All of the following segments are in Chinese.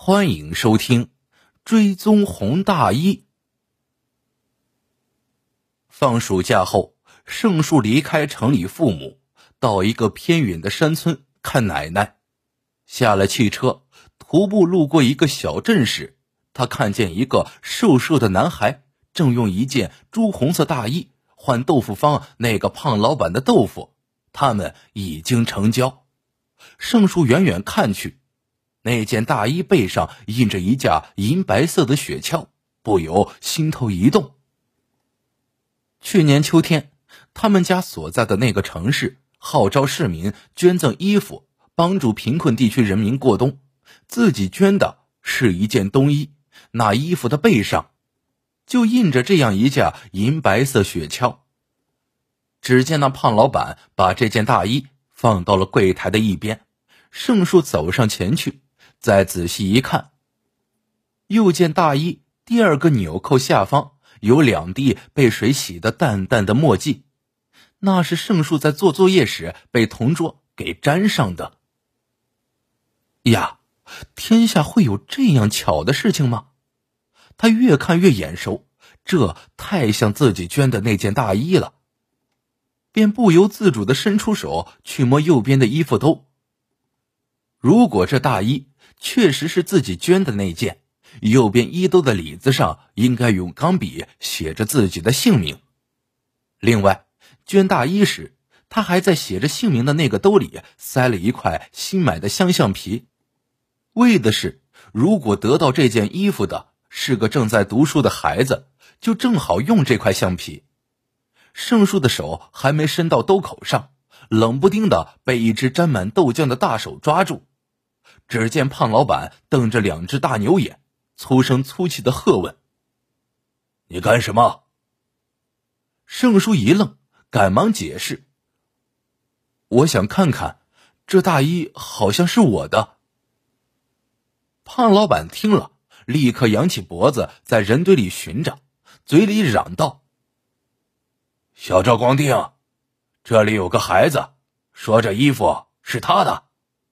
欢迎收听《追踪红大衣》。放暑假后，盛树离开城里父母，到一个偏远的山村看奶奶。下了汽车，徒步路过一个小镇时，他看见一个瘦瘦的男孩正用一件朱红色大衣换豆腐坊那个胖老板的豆腐，他们已经成交。盛树远远看去，那件大衣背上印着一架银白色的雪橇，不由心头一动。去年秋天，他们家所在的那个城市号召市民捐赠衣服，帮助贫困地区人民过冬。自己捐的是一件冬衣，那衣服的背上就印着这样一架银白色雪橇。只见那胖老板把这件大衣放到了柜台的一边，盛树走上前去，再仔细一看，右件大衣第二个纽扣下方有2滴被水洗得淡淡的墨迹，那是盛树在做作业时被同桌给沾上的。呀，天下会有这样巧的事情吗？他越看越眼熟，这太像自己捐的那件大衣了，便不由自主地伸出手去摸右边的衣服兜。如果这大衣确实是自己捐的那件，右边衣兜的里子上应该用钢笔写着自己的姓名。另外，捐大衣时，他还在写着姓名的那个兜里塞了一块新买的香橡皮，为的是如果得到这件衣服的是个正在读书的孩子，就正好用这块橡皮。盛树的手还没伸到兜口上，冷不丁的被一只沾满豆浆的大手抓住。只见胖老板瞪着2只大牛眼，粗声粗气的喝问：“你干什么？”盛叔一愣，赶忙解释：“我想看看，这大衣好像是我的。”胖老板听了，立刻扬起脖子在人堆里寻找，嘴里嚷道：“小赵光腚，这里有个孩子说这衣服是他的。”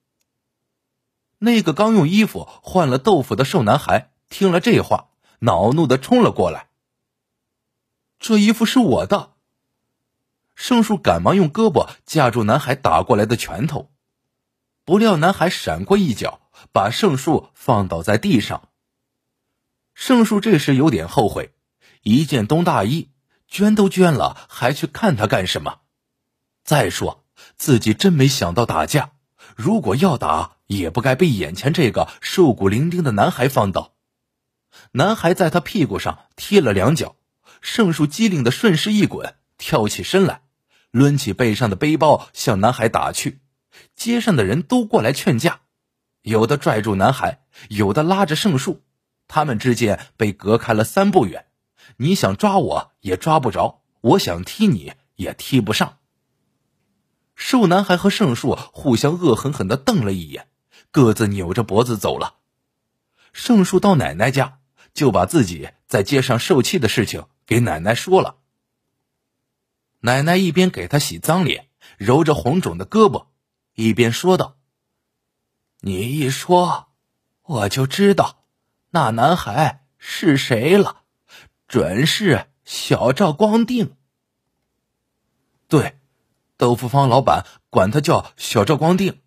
那个刚用衣服换了豆腐的瘦男孩听了这话，恼怒地冲了过来：“这衣服是我的！”盛树赶忙用胳膊架住男孩打过来的拳头，不料男孩闪过一脚，把盛树放倒在地上。盛树这时有点后悔，一件冬大衣捐都捐了，还去看他干什么？再说自己真没想到打架，如果要打也不该被眼前这个瘦骨伶仃的男孩放倒。男孩在他屁股上踢了2脚，盛树机灵的顺势一滚，跳起身来，抡起背上的背包向男孩打去。街上的人都过来劝架，有的拽住男孩，有的拉着盛树，他们之间被隔开了3步远，你想抓我也抓不着，我想踢你也踢不上。瘦男孩和盛树互相恶狠狠地瞪了一眼，各自扭着脖子走了。盛树到奶奶家，就把自己在街上受气的事情给奶奶说了。奶奶一边给他洗脏脸，揉着红肿的胳膊，一边说道：“你一说，我就知道那男孩是谁了，准是小赵光腚。”对，豆腐坊老板管他叫小赵光腚。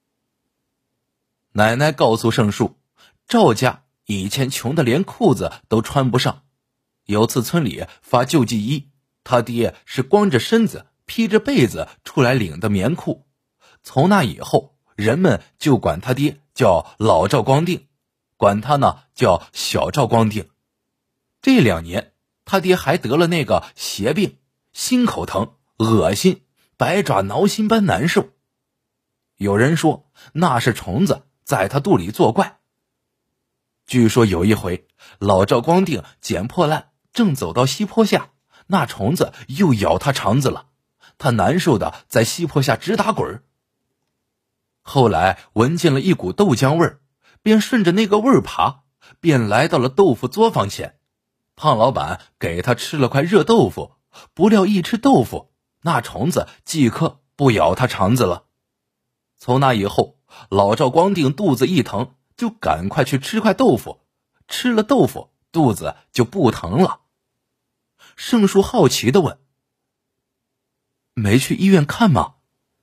奶奶告诉盛树，赵家以前穷得连裤子都穿不上，有次村里发救济衣，他爹是光着身子披着被子出来领的棉裤，从那以后人们就管他爹叫老赵光腚，管他呢叫小赵光腚。这2年他爹还得了那个邪病，心口疼，恶心，百爪挠心般难受。有人说那是虫子在他肚里作怪。据说有一回，老赵光腚捡破烂正走到溪坡下，那虫子又咬他肠子了，他难受的在溪坡下直打滚。后来闻见了一股豆浆味儿，便顺着那个味儿爬，便来到了豆腐作坊前。胖老板给他吃了块热豆腐，不料一吃豆腐，那虫子即刻不咬他肠子了。从那以后，老赵光腚肚子一疼就赶快去吃块豆腐，吃了豆腐肚子就不疼了。盛叔好奇地问：没去医院看吗？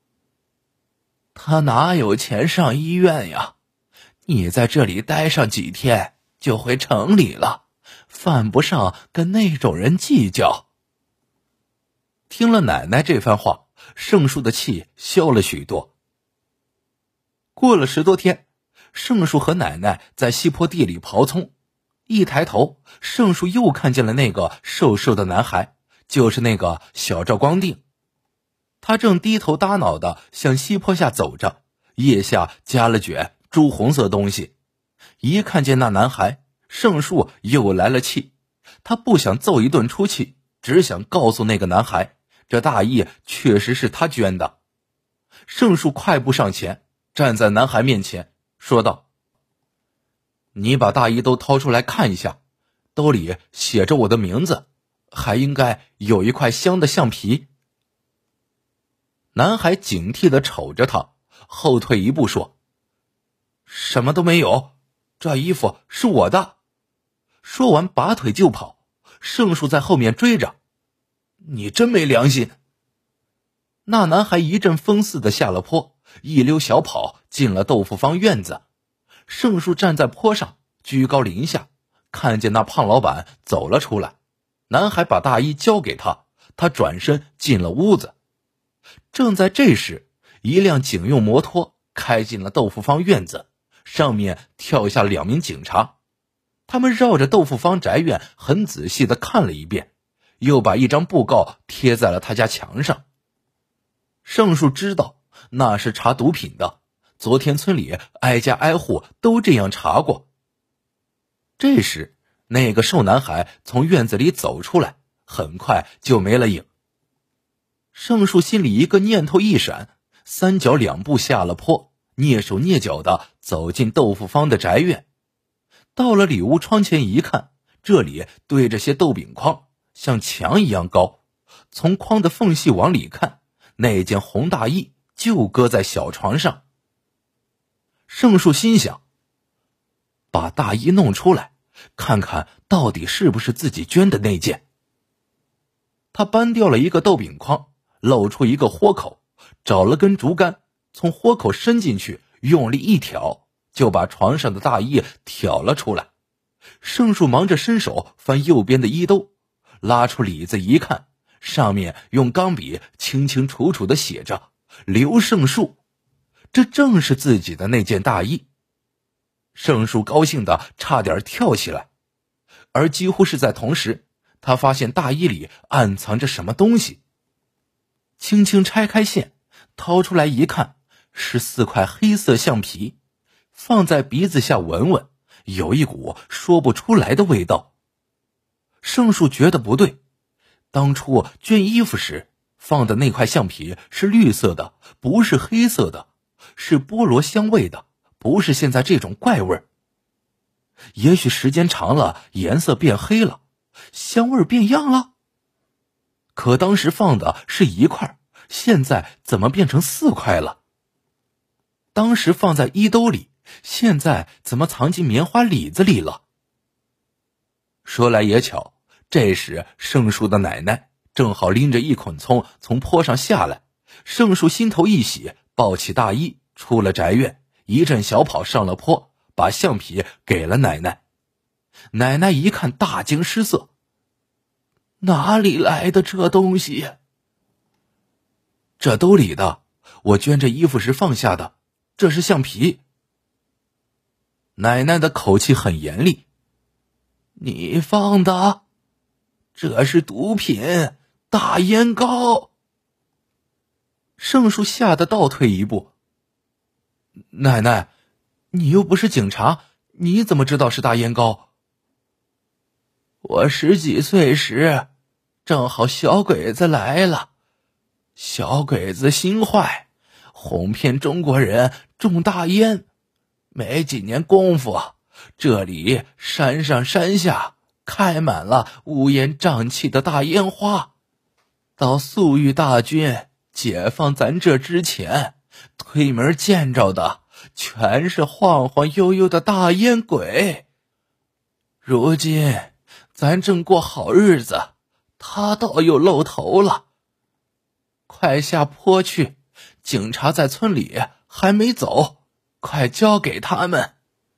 他哪有钱上医院呀？你在这里待上几天就回城里了，犯不上跟那种人计较。听了奶奶这番话，盛叔的气消了许多。过了10多天，盛叔和奶奶在西坡地里刨葱，一抬头，盛叔又看见了那个瘦瘦的男孩，就是那个小赵光腚。他正低头耷脑的向西坡下走着，腋下夹了卷朱红色东西。一看见那男孩，盛叔又来了气。他不想揍一顿出气，只想告诉那个男孩，这大衣确实是他捐的。盛叔快步上前，站在男孩面前，说道：你把大衣都掏出来看一下，兜里写着我的名字，还应该有一块香的橡皮。男孩警惕地瞅着他，后退一步说：什么都没有，这衣服是我的。说完拔腿就跑，盛叔在后面追着。你真没良心！那男孩一阵风似的下了坡，一溜小跑进了豆腐坊院子。盛叔站在坡上，居高临下，看见那胖老板走了出来。男孩把大衣交给他，他转身进了屋子。正在这时，一辆警用摩托开进了豆腐坊院子，上面跳下2名警察。他们绕着豆腐坊宅院很仔细地看了一遍，又把一张布告贴在了他家墙上。盛叔知道那是查毒品的，昨天村里挨家挨户都这样查过。这时，那个瘦男孩从院子里走出来，很快就没了影。盛叔心里一个念头一闪，3脚2步下了坡，蹑手蹑脚地走进豆腐坊的宅院。到了里屋窗前一看，这里堆着些豆饼筐，像墙一样高。从筐的缝隙往里看，那件红大衣就搁在小床上。盛叔心想，把大衣弄出来，看看到底是不是自己捐的那件。他搬掉了一个豆饼筐，露出一个豁口，找了根竹竿，从豁口伸进去，用力一挑，就把床上的大衣挑了出来。盛叔忙着伸手翻右边的衣兜，拉出里子一看，上面用钢笔清清楚楚地写着刘盛树，这正是自己的那件大衣。盛叔高兴得差点跳起来，而几乎是在同时，他发现大衣里暗藏着什么东西。轻轻拆开线，掏出来一看，是4块黑色橡皮，放在鼻子下闻闻，有一股说不出来的味道。盛叔觉得不对，当初捐衣服时放的那块橡皮是绿色的，不是黑色的，是菠萝香味的，不是现在这种怪味儿。也许时间长了，颜色变黑了，香味变样了。可当时放的是1块，现在怎么变成4块了？当时放在衣兜里，现在怎么藏进棉花里子里了？说来也巧，这时盛叔的奶奶正好拎着一捆葱从坡上下来。盛叔心头一喜，抱起大衣出了宅院，一阵小跑上了坡，把橡皮给了奶奶。奶奶一看大惊失色，哪里来的这东西？这兜里的，我捐这衣服时放下的，这是橡皮。奶奶的口气很严厉。你放的？这是毒品，大烟膏。盛叔吓得倒退一步。奶奶，你又不是警察，你怎么知道是大烟膏？我10几岁时，正好小鬼子来了，小鬼子心坏，哄骗中国人种大烟。没几年功夫，这里山上山下开满了乌烟瘴气的大烟花。到粟裕大军解放咱这之前，推门见着的全是晃晃悠悠的大烟鬼。如今咱正过好日子，他倒又露头了。快下坡去，警察在村里还没走，快交给他们。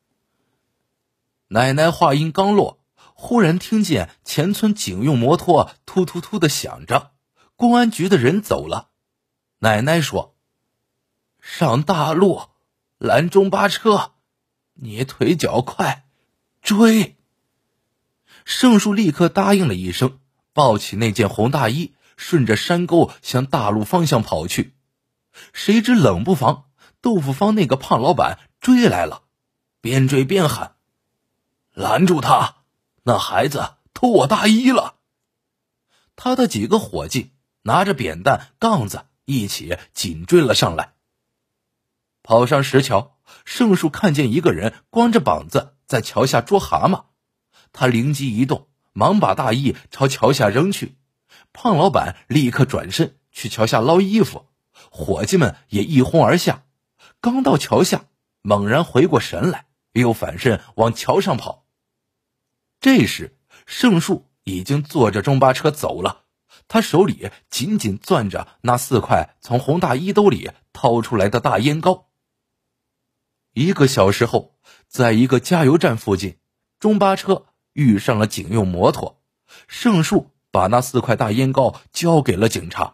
奶奶话音刚落，忽然听见前村警用摩托突突突的响着，公安局的人走了。奶奶说：上大路，拦中巴车，你腿脚快，追。盛树立刻答应了一声，抱起那件红大衣，顺着山沟向大路方向跑去。谁知冷不防，豆腐坊那个胖老板追来了，边追边喊：拦住他，那孩子偷我大衣了。他的几个伙计拿着扁担杠子一起紧追了上来。跑上石桥，盛树看见一个人光着膀子在桥下捉蛤蟆，他灵机一动，忙把大衣朝桥下扔去。胖老板立刻转身去桥下捞衣服，伙计们也一哄而下。刚到桥下，猛然回过神来，又反身往桥上跑。这时盛树已经坐着中巴车走了，他手里紧紧攥着那4块从红大衣兜里掏出来的大烟膏。1个小时后，在一个加油站附近，中巴车遇上了警用摩托，盛树把那4块大烟膏交给了警察。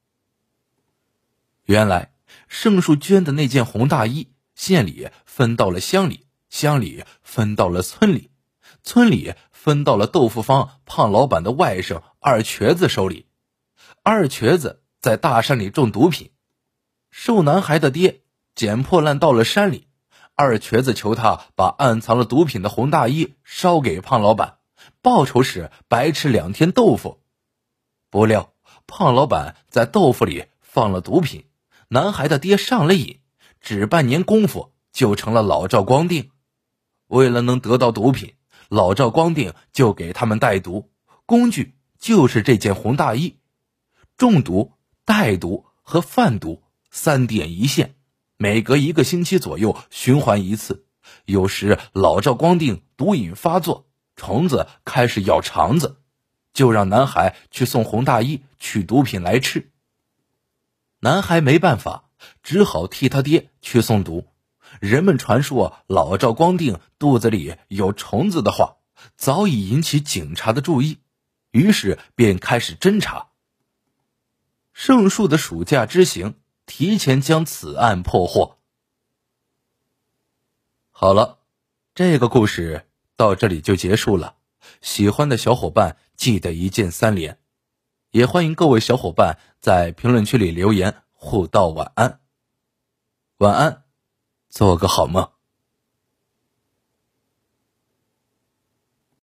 原来盛树捐的那件红大衣，县里分到了乡里，乡里分到了村里，村里分到了豆腐坊胖老板的外甥二瘸子手里。二瘸子在大山里种毒品，瘦男孩的爹捡破烂到了山里，二瘸子求他把暗藏了毒品的红大衣烧给胖老板，报酬是白吃2天豆腐。不料胖老板在豆腐里放了毒品，男孩的爹上了瘾，只半年功夫就成了老赵光腚。为了能得到毒品，老赵光腚就给他们带毒，工具就是这件红大衣。中毒、带毒和贩毒3点一线，每隔1个星期左右循环一次。有时老赵光腚毒瘾发作，虫子开始咬肠子，就让男孩去送红大衣取毒品来吃。男孩没办法，只好替他爹去送毒。人们传说老赵光腚肚子里有虫子的话，早已引起警察的注意，于是便开始侦查。盛树的暑假之行提前将此案破获。好了，这个故事到这里就结束了。喜欢的小伙伴记得一键3连，也欢迎各位小伙伴在评论区里留言互道晚安。晚安，做个好梦。